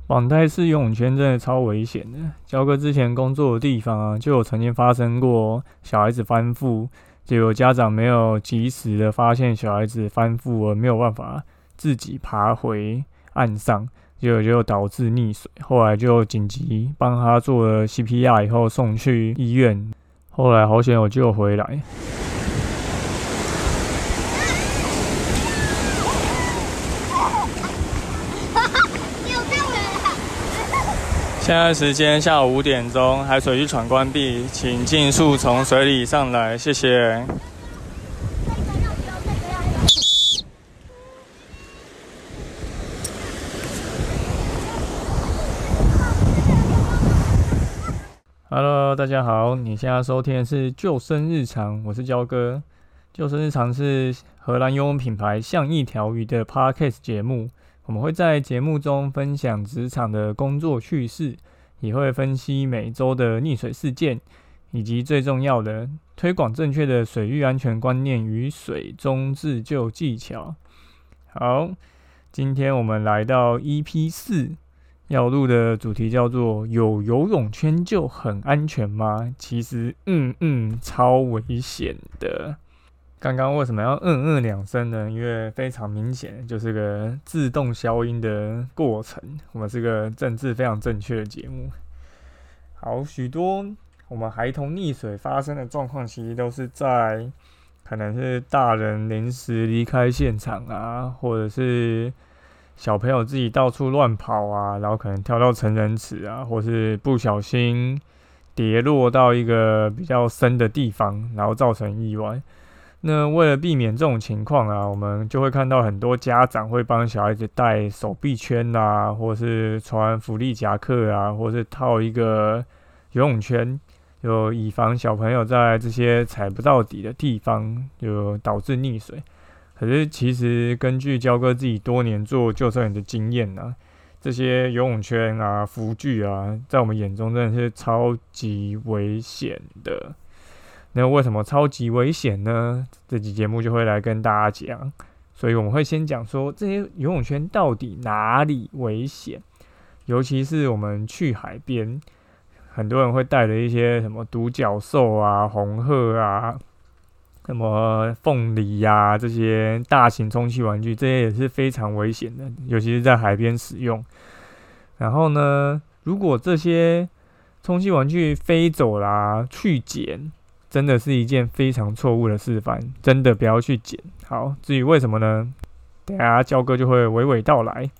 绑带式游泳圈真的超危险的。焦哥之前工作的地方啊，就有曾经发生过小孩子翻覆，结果家长没有及时的发现小孩子翻覆而没有办法自己爬回岸上，结果就导致溺水。后来就紧急帮他做了 CPR 以后送去医院，后来好险有救回来。现在时间下午5点钟，海水浴场关闭，请尽速从水里上来，谢谢。Hello， 大家好，你现在收听的是救生日常，我是焦哥。救生日常是荷兰游泳品牌像一条鱼的 Podcast 节目。我们会在节目中分享职场的工作趣事，也会分析每周的溺水事件，以及最重要的推广正确的水域安全观念与水中自救技巧。好，今天我们来到 EP4， 要录的主题叫做有游泳圈就很安全吗？其实超危险的。刚刚为什么要2声呢？因为非常明显就是个自动消音的过程。我们是个政治非常正确的节目。好，许多我们孩童溺水发生的状况，其实都是在可能是大人临时离开现场啊，或者是小朋友自己到处乱跑啊，然后可能跳到成人池啊，或是不小心跌落到一个比较深的地方，然后造成意外。那为了避免这种情况啊，我们就会看到很多家长会帮小孩子戴手臂圈啊，或是穿浮力夹克啊，或是套一个游泳圈，就以防小朋友在这些踩不到底的地方就导致溺水。可是其实根据焦哥自己多年做救生员的经验啊，这些游泳圈啊、浮具啊，在我们眼中真的是超级危险的。那为什么超级危险呢？这集节目就会来跟大家讲。所以我们会先讲说这些游泳圈到底哪里危险，尤其是我们去海边，很多人会带着一些什么独角兽啊、红鹤啊、什么凤梨啊这些大型充气玩具，这些也是非常危险的，尤其是在海边使用。然后呢，如果这些充气玩具飞走啦、去捡，真的是一件非常错误的示范，真的不要去捡。好，至于为什么呢？等一下焦哥就会娓娓道来。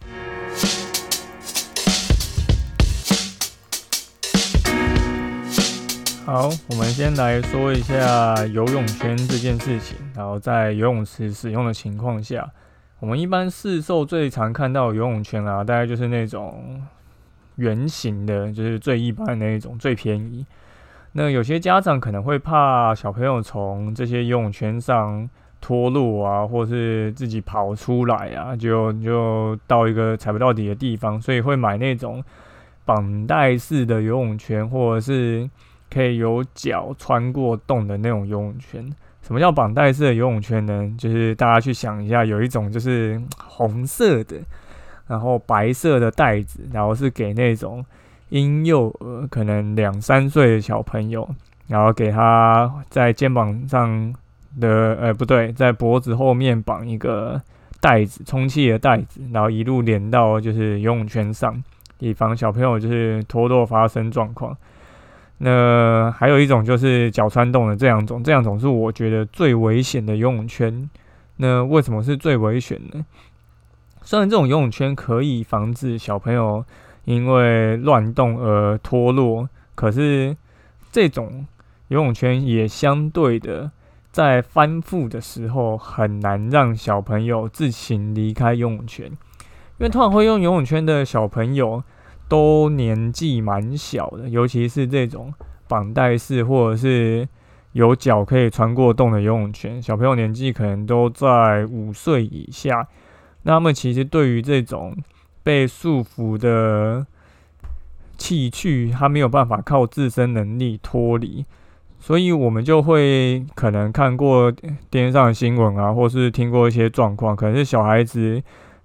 好，我们先来说一下游泳圈这件事情，然后在游泳池使用的情况下，我们一般市售最常看到的游泳圈啊，大概就是那种圆形的，就是最一般的那一种，最便宜。那有些家长可能会怕小朋友从这些游泳圈上脱落啊，或是自己跑出来啊，就到一个踩不到底的地方，所以会买那种绑带式的游泳圈，或者是可以有脚穿过洞的那种游泳圈。什么叫绑带式的游泳圈呢？就是大家去想一下，有一种就是红色的，然后白色的带子，然后是给那种婴幼儿可能2-3岁的小朋友，然后给他在肩膀上的在脖子后面绑一个带子，充气的带子，然后一路连到就是游泳圈上，以防小朋友就是脱落发生状况。那还有一种就是脚穿洞的，这两种是我觉得最危险的游泳圈。那为什么是最危险呢？虽然这种游泳圈可以防止小朋友因为乱动而脱落，可是这种游泳圈也相对的在翻覆的时候很难让小朋友自行离开游泳圈，因为通常会用游泳圈的小朋友都年纪蛮小的，尤其是这种绑带式或者是有脚可以穿过洞的游泳圈，小朋友年纪可能都在5岁以下。那他们其实对于这种被束缚的器具，他没有办法靠自身能力脱离，所以我们就会可能看过电视上的新闻啊，或是听过一些状况，可能是小孩子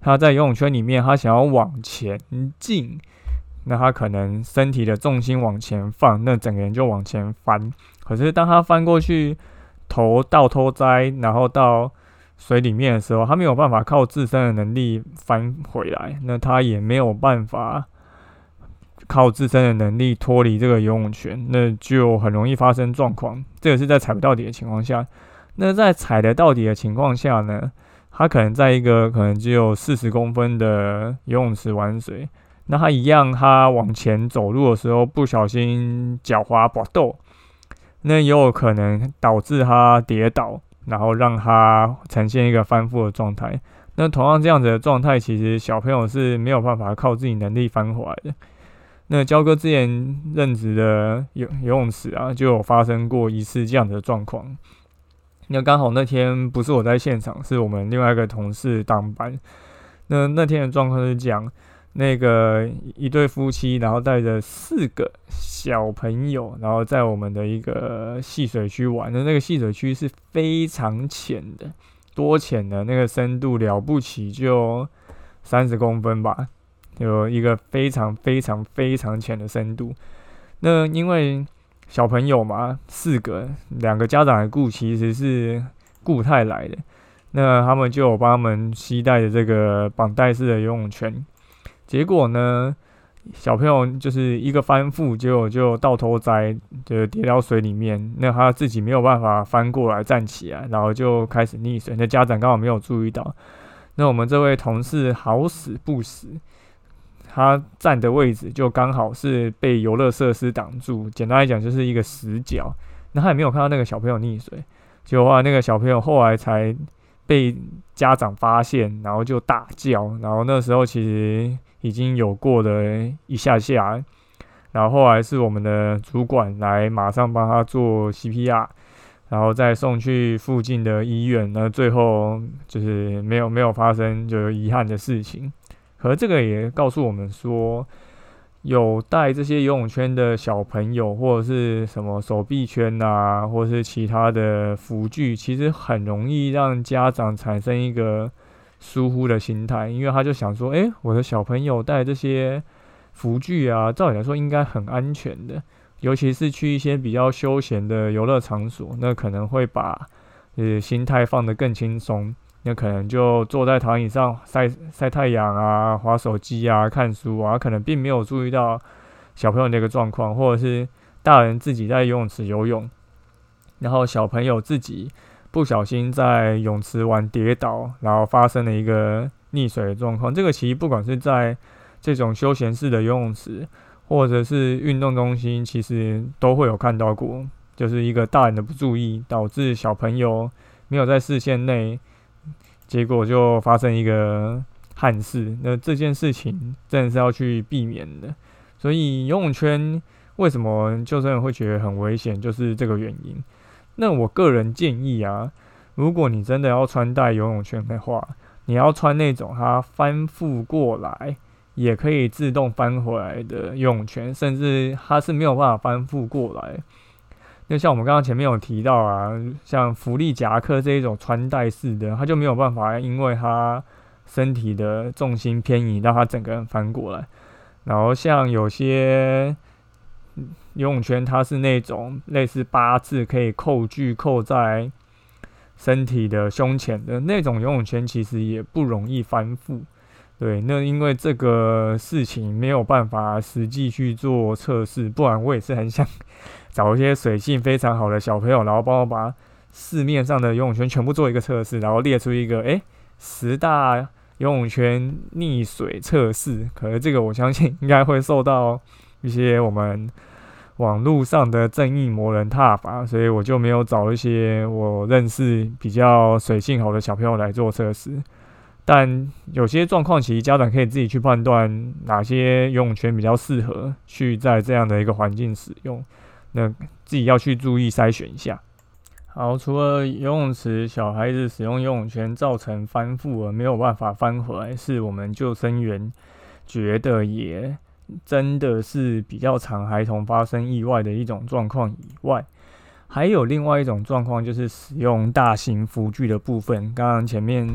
他在游泳圈里面，他想要往前进，那他可能身体的重心往前放，那整个人就往前翻。可是当他翻过去，头倒拖栽，然后到水里面的时候，他没有办法靠自身的能力翻回来，那他也没有办法靠自身的能力脱离这个游泳圈，那就很容易发生状况。这个是在踩不到底的情况下。那在踩得到底的情况下呢，他可能在一个可能只有40公分的游泳池玩水，那他一样，他往前走路的时候不小心脚滑滑豆，那也有可能导致他跌倒，然后让他呈现一个翻覆的状态。那同样这样子的状态，其实小朋友是没有办法靠自己能力翻回来的。那焦哥之前任职的游泳池啊，就有发生过一次这样的状况。那刚好那天不是我在现场，是我们另外一个同事当班。那天的状况是这样，那个一对夫妻，然后带着4个小朋友，然后在我们的一个戏水区玩。那个戏水区是非常浅的，多浅的，那个深度了不起就30公分吧，有一个非常非常非常浅的深度。那因为小朋友嘛，4个，2个家长来顾，其实是顾不太来的。那他们就有帮他们携带的这个绑带式的游泳圈。结果呢，小朋友就是一个翻覆，结果就倒头栽，就跌到水里面。那他自己没有办法翻过来站起来，然后就开始溺水。那家长刚好没有注意到。那我们这位同事好死不死，他站的位置就刚好是被游乐设施挡住，简单来讲就是一个死角。那他也没有看到那个小朋友溺水，结果那个小朋友后来才被家长发现，然后就大叫。然后那时候其实已经有过了一下下，然后后来是我们的主管来马上帮他做 CPR， 然后再送去附近的医院。那最后就是没有发生就有遗憾的事情。可是这个也告诉我们说，有带这些游泳圈的小朋友，或者是什么手臂圈啊，或者是其他的辅具，其实很容易让家长产生一个疏忽的心态，因为他就想说，我的小朋友带这些辅具啊，照理来说应该很安全的，尤其是去一些比较休闲的游乐场所，那可能会把心态放得更轻松。那可能就坐在躺椅上晒太阳啊，滑手机啊，看书啊，可能并没有注意到小朋友的一个状况，或者是大人自己在游泳池游泳，然后小朋友自己不小心在泳池玩跌倒，然后发生了一个溺水的状况。这个其实不管是在这种休闲式的游泳池，或者是运动中心，其实都会有看到过，就是一个大人的不注意，导致小朋友没有在视线内，结果就发生一个憾事。那这件事情真的是要去避免的。所以游泳圈为什么救生员会觉得很危险，就是这个原因。那我个人建议啊，如果你真的要穿戴游泳圈的话，你要穿那种它翻覆过来也可以自动翻回来的游泳圈，甚至它是没有办法翻覆过来。就像我们刚刚前面有提到啊，像福利夹克这一种穿戴式的，它就没有办法因为它身体的重心偏移让它整个人翻过来。然后像有些游泳圈，它是那种类似8字可以扣在身体的胸前的那种游泳圈，其实也不容易翻覆。对，那因为这个事情没有办法实际去做测试，不然我也是很想找一些水性非常好的小朋友，然后帮我把市面上的游泳圈全部做一个测试，然后列出一个10大游泳圈溺水测试。可是这个我相信应该会受到一些我们网络上的正义魔人挞伐，所以我就没有找一些我认识比较水性好的小朋友来做测试。但有些状况其实家长可以自己去判断哪些游泳圈比较适合去在这样的一个环境使用，那自己要去注意筛选一下。好，除了游泳池小孩子使用游泳圈造成翻覆而没有办法翻回来，是我们救生员觉得也真的是比较常孩童发生意外的一种状况以外，还有另外一种状况，就是使用大型辅具的部分。刚刚前面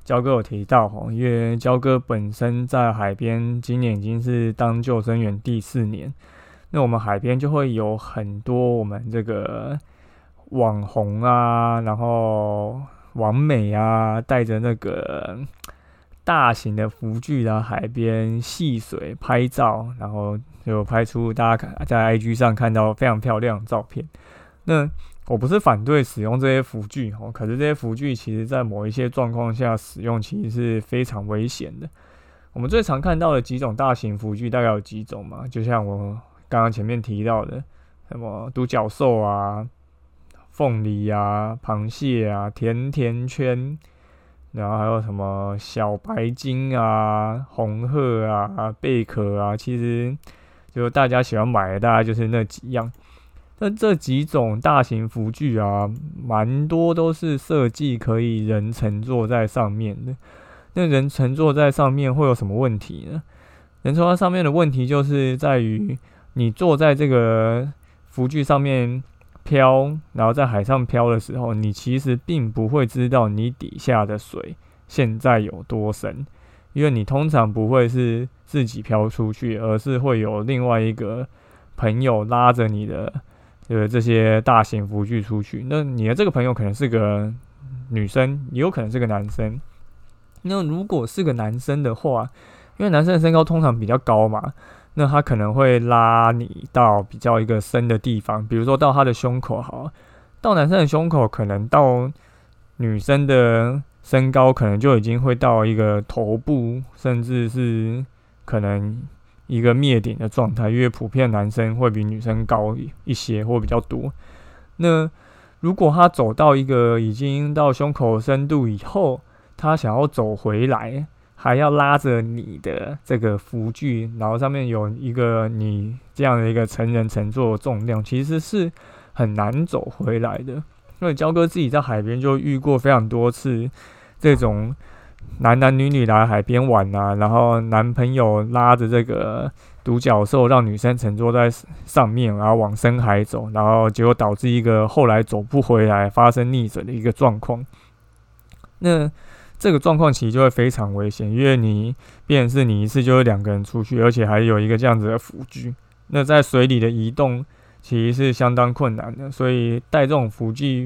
焦哥有提到因为焦哥本身在海边，今年已经是当救生员第4年，那我们海边就会有很多我们这个网红啊，然后网美啊，带着那个大型的浮具来海边戏水拍照，然后就拍出大家在 IG 上看到非常漂亮的照片。那我不是反对使用这些浮具可是这些浮具其实在某一些状况下使用其实是非常危险的。我们最常看到的几种大型浮具大概有几种嘛？就像我刚刚前面提到的，什么独角兽啊、凤梨啊、螃蟹啊、甜甜圈，然后还有什么小白鲸啊、红鹤啊、贝壳啊，其实就大家喜欢买的大概就是那几样。那这几种大型浮具啊，蛮多都是设计可以人乘坐在上面的。那人乘坐在上面会有什么问题呢？人乘坐在上面的问题就是在于，你坐在这个浮具上面飘，然后在海上飘的时候，你其实并不会知道你底下的水现在有多深，因为你通常不会是自己飘出去，而是会有另外一个朋友拉着你的这些大型浮具出去。那你的这个朋友可能是个女生，也有可能是个男生。那如果是个男生的话，因为男生的身高通常比较高嘛，那他可能会拉你到比较一个深的地方，比如说到他的胸口好了，到男生的胸口，可能到女生的身高可能就已经会到一个头部，甚至是可能一个灭顶的状态，因为普遍男生会比女生高一些或比较多。那如果他走到一个已经到胸口深度以后，他想要走回来，还要拉着你的这个浮具，然后上面有一个你这样的一个成人乘坐的重量，其实是很难走回来的。因为焦哥自己在海边就遇过非常多次这种男女来海边玩啊，然后男朋友拉着这个独角兽让女生乘坐在上面，然后往深海走，然后结果导致一个后来走不回来，发生溺水的一个状况。那这个状况其实就会非常危险，因为你变成是你一次就是2个人出去，而且还有一个这样子的浮具，那在水里的移动其实是相当困难的，所以带这种浮具，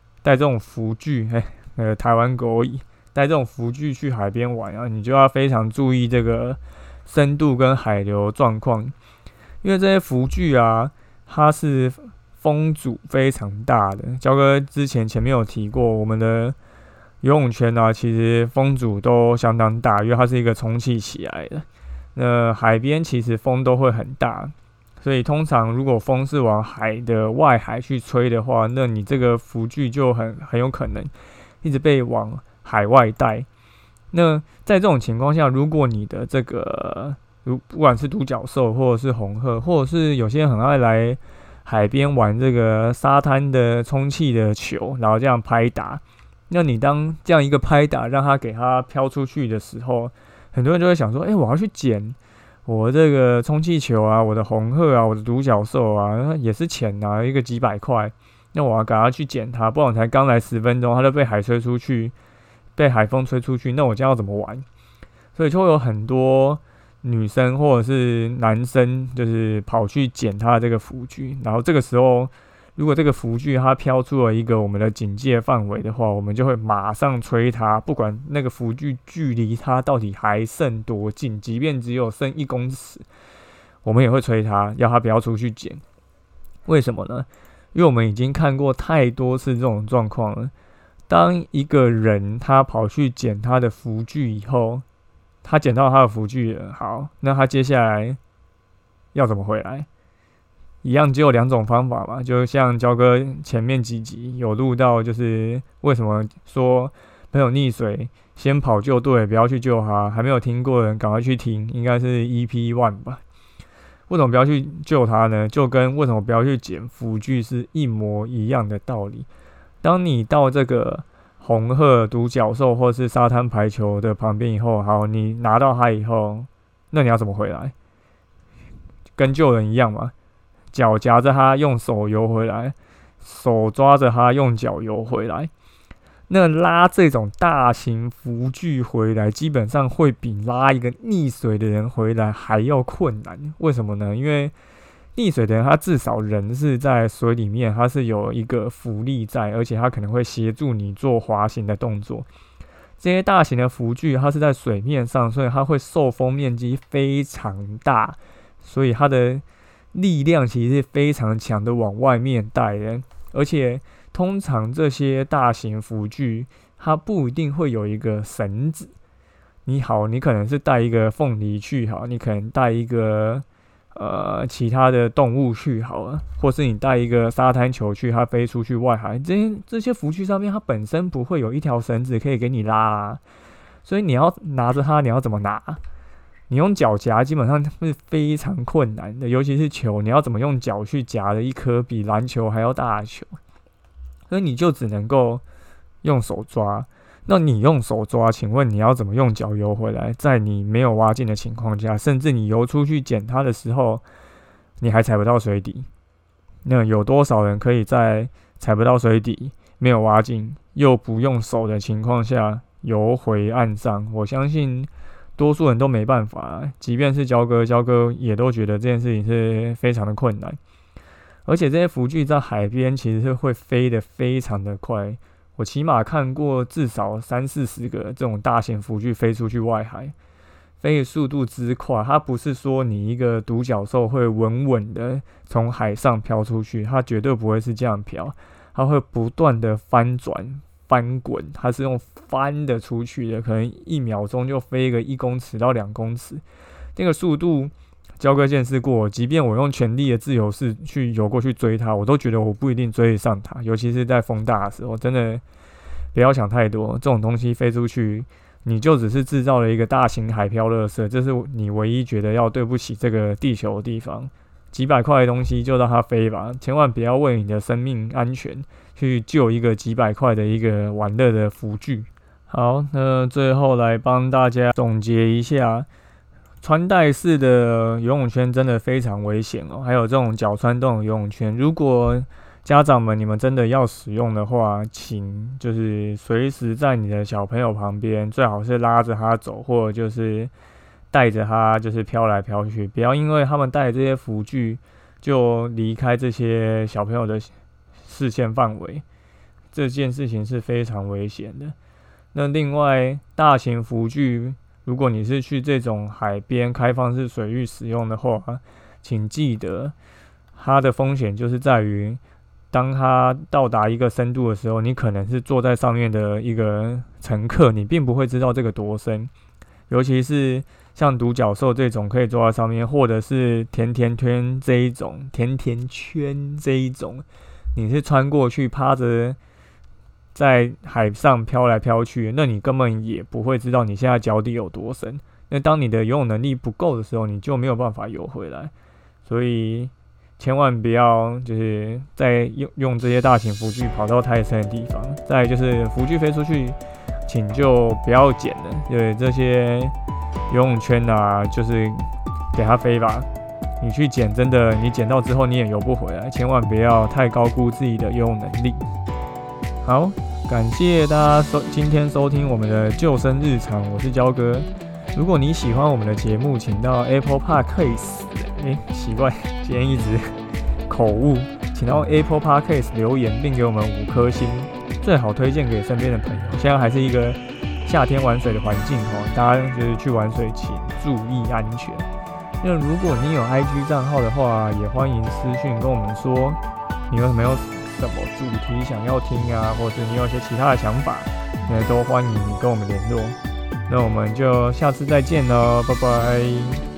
台湾狗语，带这种浮具去海边玩啊，你就要非常注意这个深度跟海流状况，因为这些浮具啊，它是风阻非常大的。焦哥之前面有提过，我们的游泳圈啊，其实风阻都相当大，因为它是一个充气起来的。那海边其实风都会很大，所以通常如果风是往海的外海去吹的话，那你这个浮具就很有可能一直被往海外带。那在这种情况下，如果你的这个不管是独角兽或者是红鹤，或者是有些人很爱来海边玩这个沙滩的充气的球，然后这样拍打，那你当这样一个拍打让它给它飘出去的时候，很多人就会想说，我要去捡我这个充气球啊，我的红鹤啊，我的独角兽啊，也是钱啊，一个几百块，那我要赶快去捡它，不然我才刚来10分钟，它就被海吹出去，被海风吹出去，那我这样要怎么玩？所以就会有很多女生或者是男生，就是跑去捡它的这个浮具，然后这个时候，如果这个浮具它飘出了一个我们的警戒范围的话，我们就会马上吹它，不管那个浮具距离它到底还剩多近，即便只有剩1公尺，我们也会吹它，要它不要出去捡。为什么呢？因为我们已经看过太多次这种状况了。当一个人他跑去捡他的浮具以后，他捡到他的浮具了，好，那他接下来要怎么回来？一样只有2种方法嘛，就像焦哥前面几集有录到，就是为什么说朋友溺水先跑救队，不要去救他。还没有听过的人赶快去听，应该是 EP1 吧。为什么不要去救他呢？就跟为什么不要去捡浮具是一模一样的道理。当你到这个红鹤、独角兽或是沙滩排球的旁边以后，好，你拿到它以后，那你要怎么回来？跟救人一样嘛，脚夹着它，用手游回来，手抓着它，用脚游回来。 那拉这种大型浮具回来，基本上会比拉一个溺水的人回来还要困难。为什么呢？因为溺水的人，他至少人是在水里面，他是有一个浮力在，而且他可能会协助你做滑行的动作。这些大型的浮具，它是在水面上，所以它会受风面积非常大，所以它的力量其实是非常强的往外面带的。而且通常这些大型浮具，它不一定会有一个绳子。你可能是带一个凤梨去好，你可能带一个其他的动物去好了，或是你带一个沙滩球去，它飞出去外海。这些浮具上面，它本身不会有一条绳子可以给你拉啊，所以你要拿着它，你要怎么拿？你用脚夹基本上是非常困难的，尤其是球，你要怎么用脚去夹的一颗比篮球还要大的球？所以你就只能够用手抓。那你用手抓，请问你要怎么用脚游回来？在你没有蛙镜的情况下，甚至你游出去捡它的时候，你还踩不到水底。那有多少人可以在踩不到水底、没有蛙镜又不用手的情况下游回岸上？我相信多数人都没办法，即便是焦哥也都觉得这件事情是非常的困难。而且这些浮具在海边其实是会飞得非常的快，我起码看过至少30-40个这种大型浮具飞出去外海，飞的速度之快，它不是说你一个独角兽会稳稳的从海上飘出去，它绝对不会是这样飘，它会不断的翻转、翻滚，它是用翻的出去的，可能1秒钟就飞个1公尺到2公尺，那个速度。焦哥见识过，即便我用全力的自由式去游过去追它，我都觉得我不一定追得上它。尤其是在风大的时候，真的不要想太多。这种东西飞出去，你就只是制造了一个大型海漂垃圾，这是你唯一觉得要对不起这个地球的地方。几百块的东西就让它飞吧，千万不要为你的生命安全去救一个几百块的一个玩乐的浮具。好，那最后来帮大家总结一下。穿戴式的游泳圈真的非常危险哦，还有这种脚穿洞的游泳圈，如果家长们你们真的要使用的话，请就是随时在你的小朋友旁边，最好是拉着他走，或者就是带着他就是飘来飘去，不要因为他们带这些浮具就离开这些小朋友的视线范围，这件事情是非常危险的。那另外，大型浮具。如果你是去这种海边开放式水域使用的话，请记得它的风险就是在于，当它到达一个深度的时候，你可能是坐在上面的一个乘客，你并不会知道这个多深。尤其是像独角兽这种可以坐在上面，或者是甜甜圈这一种，你是穿过去趴着。在海上飘来飘去，那你根本也不会知道你现在脚底有多深。那当你的游泳能力不够的时候，你就没有办法游回来。所以千万不要就是在用这些大型浮具跑到太深的地方。再来就是浮具飞出去，请就不要捡了。对这些游泳圈啊，就是给它飞吧。你去捡，真的你捡到之后你也游不回来。千万不要太高估自己的游泳能力。好，感谢大家今天收听我们的救生日常，我是焦哥。如果你喜欢我们的节目，请到 Apple Podcast， 奇怪，今天一直口误，请到 Apple Podcast 留言并给我们5颗星，最好推荐给身边的朋友。现在还是一个夏天玩水的环境哦，大家就是去玩水请注意安全。那如果你有 IG 账号的话，也欢迎私讯跟我们说你有没有什么主题想要听啊，或者你有一些其他的想法，都欢迎你跟我们联络。那我们就下次再见喽，拜拜。